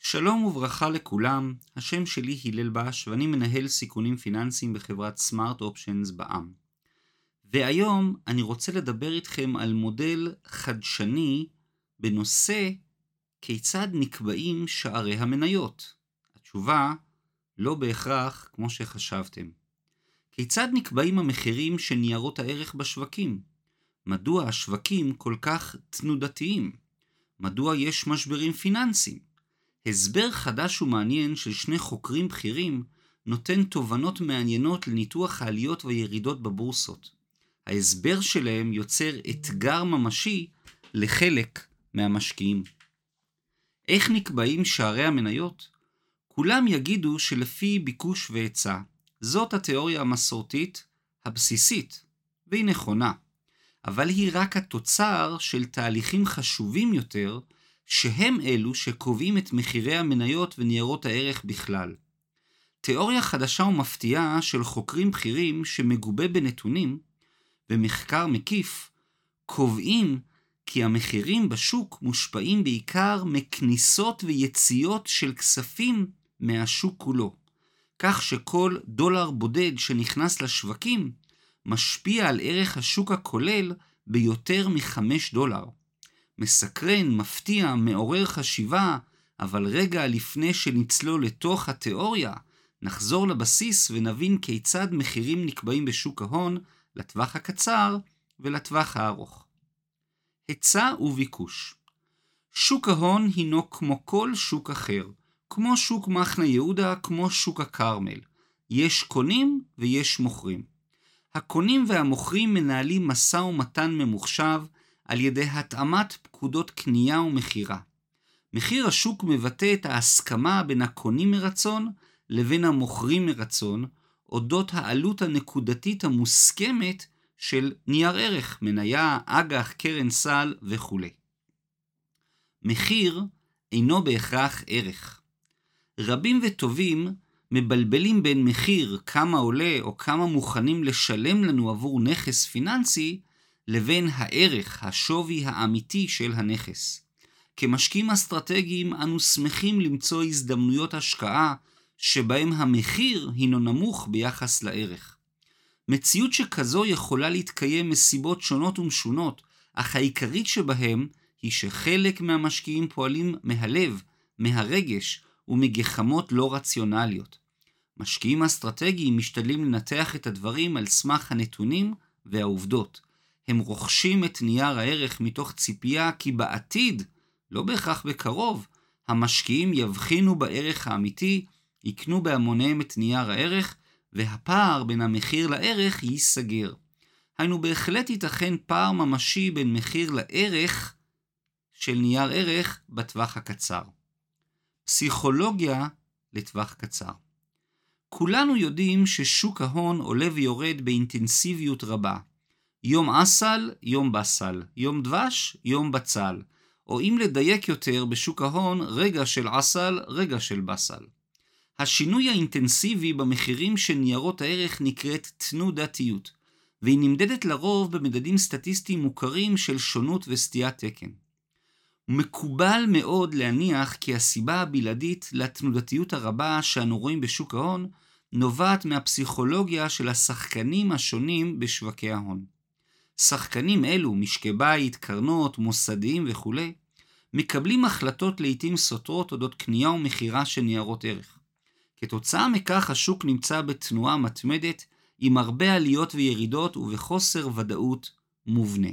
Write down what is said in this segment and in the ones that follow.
שלום וברכה לכולם, השם שלי הלל בש ואני מנהל סיכונים פיננסיים בחברת סמארט אופשנס בע"מ. והיום אני רוצה לדבר איתכם על מודל חדשני בנושא כיצד נקבעים שערי המניות. התשובה לא בהכרח כמו שחשבתם. כיצד נקבעים המחירים של ניירות הערך בשווקים? מדוע השווקים כל כך תנודתיים? מדוע יש משברים פיננסיים? הסבר חדש ומעניין של שני חוקרים בכירים נותן תובנות מעניינות לניתוח העליות והירידות בבורסות. ההסבר שלהם יוצר אתגר ממשי לחלק מהמשקיעים. איך נקבעים שערי המניות? כולם יגידו שלפי ביקוש והיצע. זאת התיאוריה המסורתית הבסיסית, והיא נכונה. אבל היא רק התוצר של תהליכים חשובים יותר, שהם אלו שקובעים את מחירי המניות וניירות הערך בכלל. תיאוריה חדשה ומפתיעה של חוקרים בכירים שמגובה בנתונים ומחקר מקיף, קובעים כי המחירים בשוק מושפעים בעיקר מכניסות ויציאות של כספים מהשוק כולו, כך שכל דולר בודד שנכנס לשווקים משפיע על ערך השוק הכולל ביותר $5. מסקרן, מפתיע, מעורר חשיבה, אבל רגע לפני שנצלול לתוך התיאוריה, נחזור לבסיס ונבין כיצד מחירים נקבעים בשוק ההון לטווח הקצר ולטווח הארוך. היצע וביקוש. שוק ההון הינו כמו כל שוק אחר, כמו שוק מחנה יהודה, כמו שוק הכרמל. יש קונים ויש מוכרים. הקונים והמוכרים מנהלים משא ומתן ממוחשב על ידי התאמת פקודות קנייה ומחירה. מחיר השוק מבטא את ההסכמה בין הקונים מרצון לבין המוכרים מרצון, אודות העלות הנקודתית המוסכמת של נייר ערך, מניה, אג"ח, קרן סל וכו'. מחיר אינו בהכרח ערך. רבים וטובים מבלבלים בין מחיר, כמה עולה או כמה מוכנים לשלם לנו עבור נכס פיננסי, לבין הערך, השווי האמיתי של הנכס. כמשקיעים אסטרטגיים אנו שמחים למצוא הזדמנויות השקעה שבהם המחיר הינו נמוך ביחס לערך. מציאות שכזו יכולה להתקיים מסיבות שונות ומשונות, אך העיקרית שבהם היא שחלק מהמשקיעים פועלים מהלב, מהרגש ומגחמות לא רציונליות. משקיעים אסטרטגיים משתדלים לנתח את הדברים על סמך הנתונים והעובדות. הם רוכשים את נייר הערך מתוך ציפייה כי בעתיד, לא בהכרח בקרוב, המשקיעים יבחינו בערך האמיתי, יקנו בהמוניהם את נייר הערך, והפער בין המחיר לערך ייסגר. היינו בהחלט ייתכן פער ממשי בין מחיר לערך של נייר ערך בטווח הקצר. פסיכולוגיה לטווח קצר. כולנו יודעים ששוק ההון עולה ויורד באינטנסיביות רבה. יום אסל, יום בסל, יום דבש, יום בצל, או אם לדייק יותר בשוק ההון, רגע של אסל, רגע של בסל. השינוי האינטנסיבי במחירים של ניירות הערך נקראת תנודתיות, והיא נמדדת לרוב במדדים סטטיסטיים מוכרים של שונות וסטיית תקן. מקובל מאוד להניח כי הסיבה הבלעדית לתנודתיות הרבה שאנו רואים בשוק ההון נובעת מהפסיכולוגיה של השחקנים השונים בשווקי ההון. שחקנים אלו, משקי בית, קרנות, מוסדיים וכו', מקבלים החלטות לעתים סותרות אודות קנייה ומחירה של ניירות ערך. כתוצאה מכך השוק נמצא בתנועה מתמדת עם הרבה עליות וירידות ובחוסר ודאות מובנה.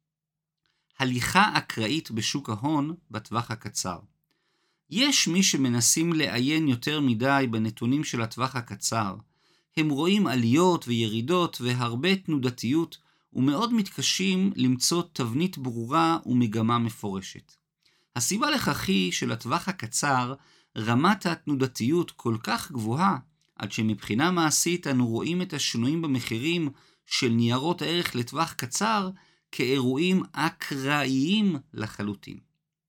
הליכה אקראית בשוק ההון בטווח הקצר. יש מי שמנסים לעיין יותר מדי בנתונים של הטווח הקצר. הם רואים עליות וירידות והרבה תנודתיות ומאוד מתקשים למצוא תבנית ברורה ומגמה מפורשת. הסיבה לכך היא שלטווח הקצר רמת התנודתיות כל כך גבוהה עד שמבחינה מעשית אנו רואים את השינויים במחירים של ניירות הערך לטווח קצר כאירועים אקראיים לחלוטין.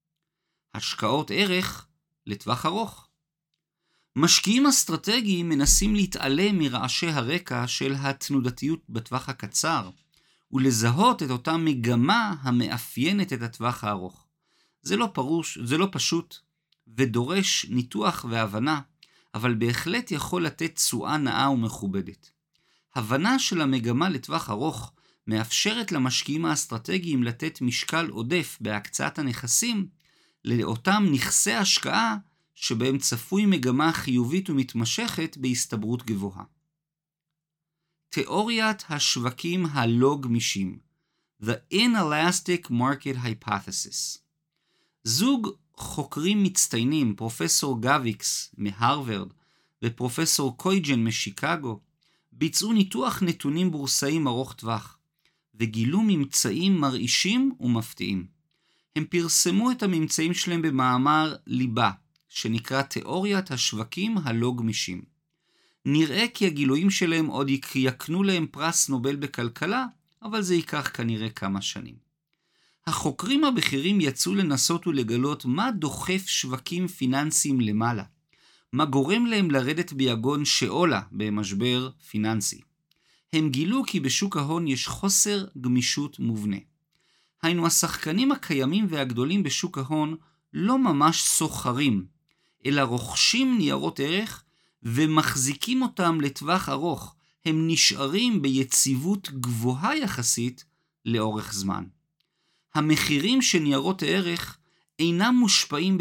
השקעות ערך לטווח ארוך. משקיעים אסטרטגיים מנסים להתעלם מרעשי הרקע של התנודתיות בטווח הקצר ולזהות את אותה מגמה המאפיינת את הטווח הארוך. זה לא פשוט ודורש ניתוח והבנה, אבל בהחלט יכול לתת תשואה נאה ומכובדת. הבנה של המגמה לטווח ארוך מאפשרת למשקיעים האסטרטגיים לתת משקל עודף בהקצאת הנכסים לאותם נכסי השקעה שבהם צפוי מגמה חיובית ומתמשכת בהסתברות גבוהה. תיאוריית השווקים הלא גמישים, The Inelastic Market Hypothesis. זוג חוקרים מצטיינים, פרופסור גוויקס מהרווארד ופרופסור קויג'ן משיקגו, ביצעו ניתוח נתונים בורסאיים ארוך טווח, וגילו ממצאים מרעישים ומפתיעים. הם פרסמו את הממצאים שלהם במאמר ליבה, שנקרא תיאוריית השווקים הלא גמישים. נראה כי הגילויים שלהם עוד יקנו להם פרס נובל בכלכלה, אבל זה ייקח כנראה כמה שנים. החוקרים הבכירים יצאו לנסות ולגלות מה דוחף שווקים פיננסיים למעלה, מה גורם להם לרדת ביגון שאולה במשבר פיננסי. הם גילו כי בשוק ההון יש חוסר גמישות מובנה. היינו השחקנים הקיימים והגדולים בשוק ההון לא ממש סוחרים, אלא רוכשים ניירות ערך ומחזיקים אותם לטווח ארוך. הם נשארים ביציבות גבוהה יחסית לאורך זמן. המחירים של ניירות הערך אינם מושפעים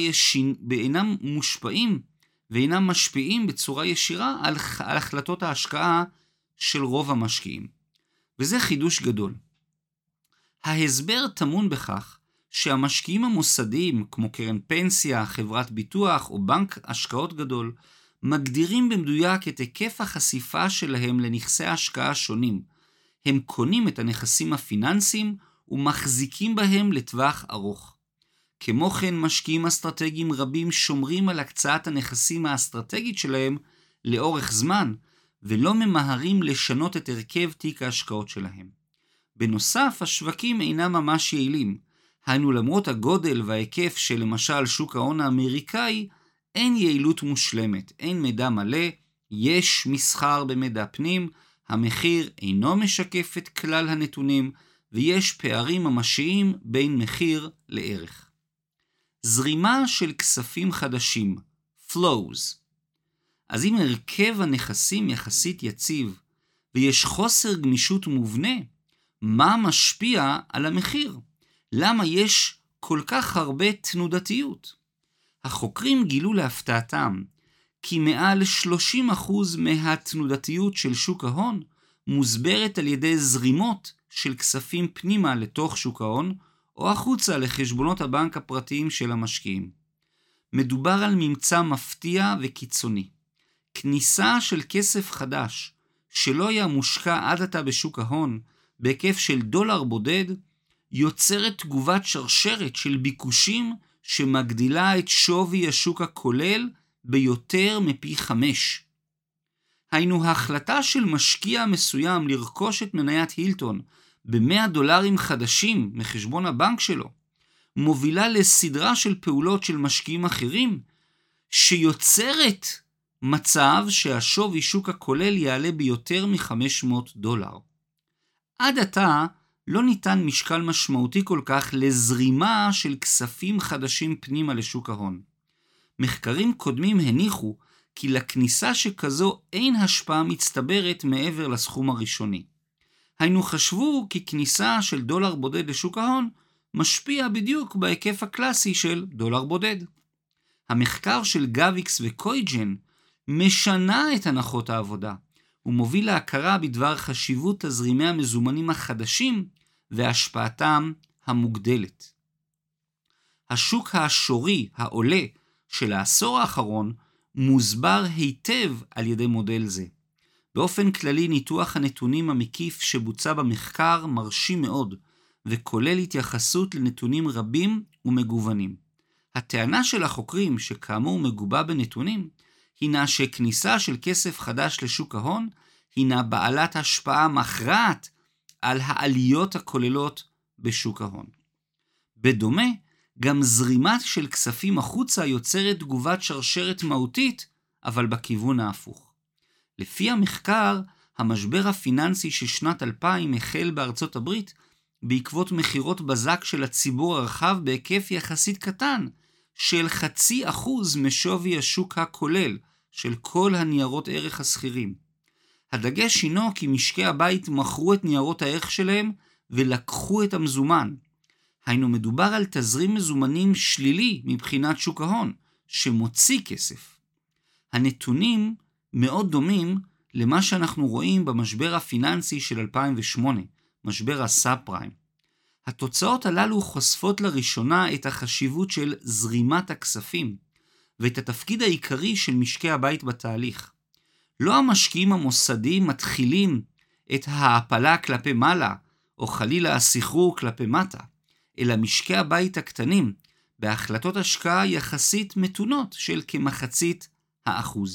ואינם משפיעים בצורה ישירה על החלטות ההשקעה של רוב המשקיעים. וזה חידוש גדול. ההסבר טמון בכך שהמשקיעים המוסדיים, כמו קרן פנסיה, חברת ביטוח או בנק השקעות גדול, מגדירים במדויק את היקף החשיפה שלהם לנכסי ההשקעה שונים. הם קונים את הנכסים הפיננסיים ומחזיקים בהם לטווח ארוך. כמו כן, משקיעים אסטרטגיים רבים שומרים על הקצאת הנכסים האסטרטגית שלהם לאורך זמן, ולא ממהרים לשנות את הרכב תיק ההשקעות שלהם. בנוסף, השווקים אינם ממש יעילים. היינו למרות הגודל וההיקף של למשל שוק ההון האמריקאי, אין יעילות מושלמת, אין מידע מלא, יש מסחר במידע פנים, המחיר אינו משקף את כלל הנתונים, ויש פערים ממשיים בין מחיר לערך. זרימה של כספים חדשים, flows. אז אם הרכב הנכסים יחסית יציב, ויש חוסר גמישות מובנה, מה משפיע על המחיר? למה יש כל כך הרבה תנודתיות? החוקרים גילו להפתעתם כי מעל 30% מהתנודתיות של שוק ההון מוסברת על ידי זרימות של כספים פנימה לתוך שוק ההון או החוצה לחשבונות הבנק הפרטיים של המשקיעים. מדובר על ממצא מפתיע וקיצוני. כניסה של כסף חדש שלא היה מושקע עד עתה בשוק ההון בהיקף של דולר בודד יוצרת תגובת שרשרת של ביקושים שמגדילה את שווי השוק הכולל ביותר מפי 5. היינו ההחלטה של משקיע מסוים לרכוש את מניית הילטון $100 חדשים מחשבון הבנק שלו, מובילה לסדרה של פעולות של משקיעים אחרים, שיוצרת מצב שהשווי שוק הכולל יעלה ביותר $500. עד עתה לא ניתן משקל משמעותי כל כך לזרימה של כספים חדשים פנימה לשוק ההון. מחקרים קודמים הניחו כי לכניסה שכזו אין השפעה מצטברת מעבר לסכום הראשוני. היינו חשבו כי כניסה של דולר בודד לשוק ההון משפיע בדיוק בהיקף הקלאסי של דולר בודד. המחקר של גוויקס וקויג'ן משנה את הנחות העבודה, ומוביל להכרה בדבר חשיבות תזרימי המזומנים החדשים והשפעתם המוגדלת. השוק האשורי העולה של העשור האחרון מוסבר היטב על ידי מודל זה. באופן כללי ניתוח הנתונים המקיף שבוצע במחקר מרשים מאוד, וכולל התייחסות לנתונים רבים ומגוונים. הטענה של החוקרים, שכאמור מגובה בנתונים, הינה שכניסה של כסף חדש לשוק ההון הינה בעלת השפעה מכרעת על העליות הכוללות בשוק ההון. בדומה, גם זרימה של כספים החוצה יוצרת תגובת שרשרת מהותית, אבל בכיוון ההפוך. לפי המחקר, המשבר הפיננסי של שנת 2000 החל בארצות הברית בעקבות מחירות בזק של הציבור הרחב בהיקף יחסית קטן, של 0.5% משווי השוק הכולל של כל הניירות ערך הסחירים. הדגש הינו כי משקי הבית מכרו את ניירות הערך שלהם ולקחו את המזומן. היינו מדובר על תזרים מזומנים שלילי מבחינת שוק ההון, שמוציא כסף. הנתונים מאוד דומים למה שאנחנו רואים במשבר הפיננסי של 2008, משבר הסאב פריים. התוצאות הללו חושפות לראשונה את החשיבות של זרימת הכספים, ואת התפקיד העיקרי של משקי הבית בתהליך. לא המשקיעים המוסדיים מתחילים את ההעפלה כלפי מעלה, או חלילה הסחרור כלפי מטה, אלא משקי הבית הקטנים, בהחלטות השקעה יחסית מתונות של כ0.5%.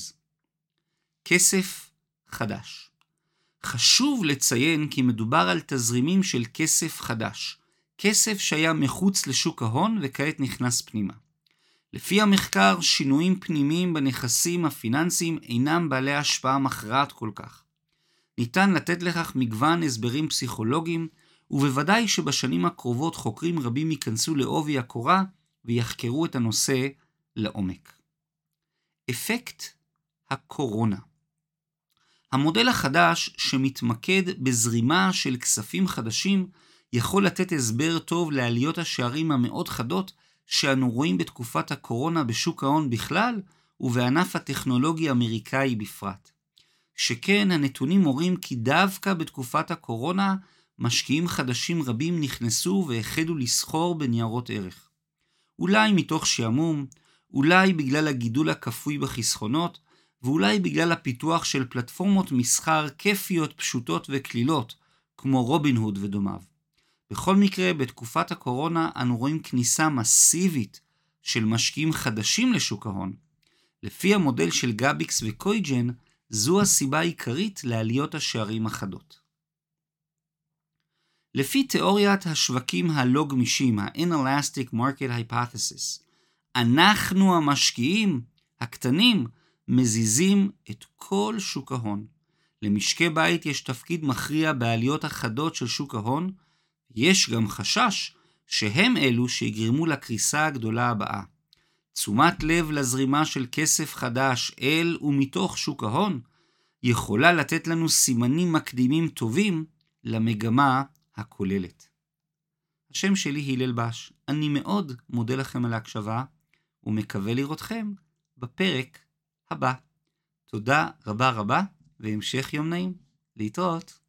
כסף חדש. חשוב לציין כי מדובר על תזרימים של כסף חדש, כסף שהיה מחוץ לשוק ההון וכעת נכנס פנימה. לפי המחקר, שינויים פנימיים בנכסים הפיננסיים אינם בעלי השפעה מכרעת כל כך. ניתן לתת לכך מגוון הסברים פסיכולוגיים, ובוודאי שבשנים הקרובות חוקרים רבים ייכנסו לעובי הקורה ויחקרו את הנושא לעומק. אפקט הקורונה. המודל החדש שמתמקד בזרימה של כספים חדשים יכול לתת הסבר טוב לעליות השערים המאוד חדות שאנו רואים בתקופת הקורונה בשוק ההון בכלל ובענף הטכנולוגיה האמריקאי בפרט. שכן הנתונים מורים כי דווקא בתקופת הקורונה משקיעים חדשים רבים נכנסו והחלו לסחור בניירות ערך. אולי מתוך שעמום, אולי בגלל הגידול הכפוי בחסכונות, ואולי בגלל הפיתוח של פלטפורמות מסחר כיפיות, פשוטות וכלילות, כמו רובין הוד ודומיו. בכל מקרה, בתקופת הקורונה אנו רואים כניסה מסיבית של משקיעים חדשים לשוק ההון. לפי המודל של גביקס וקויג'ן, זו הסיבה העיקרית לעליות השערים החדות. לפי תיאוריית השווקים הלא גמישים, ה-Inelastic Market Hypothesis, אנחנו המשקיעים הקטנים מזיזים את כל שוק ההון. למשקי בית יש תפקיד מכריע בעליות החדות של שוק ההון, יש גם חשש שהם אלו שיגרמו לקריסה הגדולה הבאה. תשומת לב לזרימה של כסף חדש אל ומתוך שוק ההון יכולה לתת לנו סימנים מקדימים טובים למגמה הכוללת. השם שלי הלל בש, אני מאוד מודה לכם על ההקשבה ומקווה לראותכם בפרק הבא. תודה רבה והמשך יום נעים. להתראות.